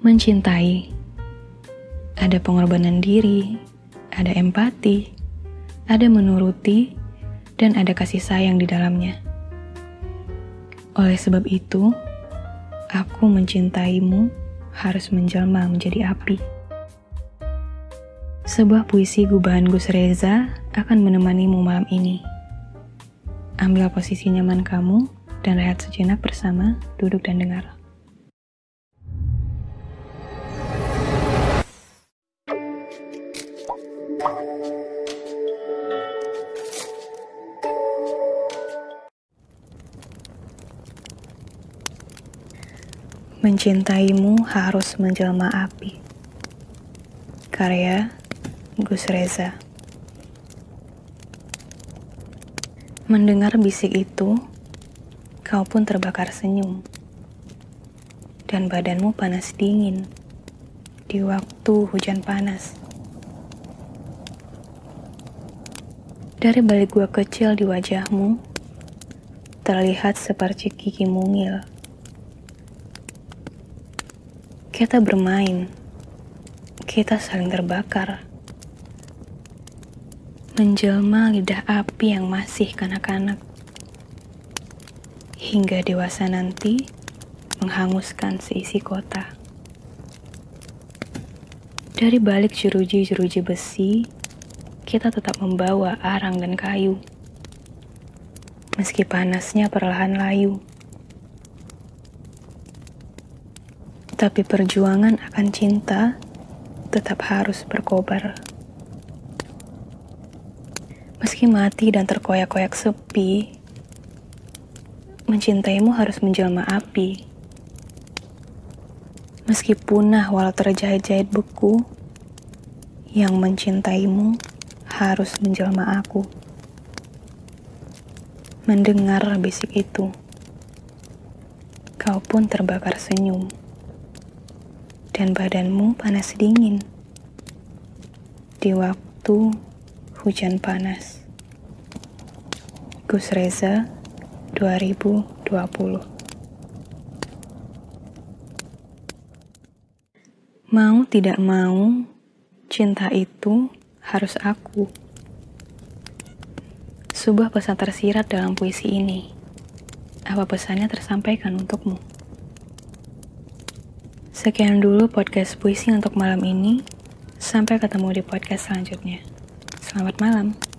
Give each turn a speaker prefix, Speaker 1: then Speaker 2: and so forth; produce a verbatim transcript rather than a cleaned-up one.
Speaker 1: Mencintai, ada pengorbanan diri, ada empati, ada menuruti, dan ada kasih sayang di dalamnya. Oleh sebab itu, aku mencintaimu harus menjelma menjadi api. Sebuah puisi gubahan Gus Reza akan menemanimu malam ini. Ambil posisi nyaman kamu dan rehat sejenak bersama Duduk dan Dengar. Mencintaimu harus menjelma api. Karya Gus Reza. Mendengar bisik itu, kau pun terbakar senyum. Dan badanmu panas dingin di waktu hujan panas. Dari balik gua kecil di wajahmu, terlihat sepercik gigi mungil. Kita bermain, kita saling terbakar. Menjelma lidah api yang masih kanak-kanak. Hingga dewasa nanti, menghanguskan seisi kota. Dari balik jeruji-jeruji besi, kita tetap membawa arang dan kayu. Meski panasnya perlahan layu. Tapi perjuangan akan cinta tetap harus berkobar. Meski mati dan terkoyak-koyak sepi, mencintaimu harus menjelma api. Meski punah walau terjahit-jahit beku, yang mencintaimu harus menjelma aku. Mendengar bisik itu, kau pun terbakar senyum. Dan badanmu panas dingin di waktu hujan panas. Gus Reza dua ribu dua puluh. Mau tidak mau, cinta itu harus aku. Sebuah pesan tersirat dalam puisi ini. Apa pesannya tersampaikan untukmu? Sekian dulu podcast puisi untuk malam ini. Sampai ketemu di podcast selanjutnya. Selamat malam.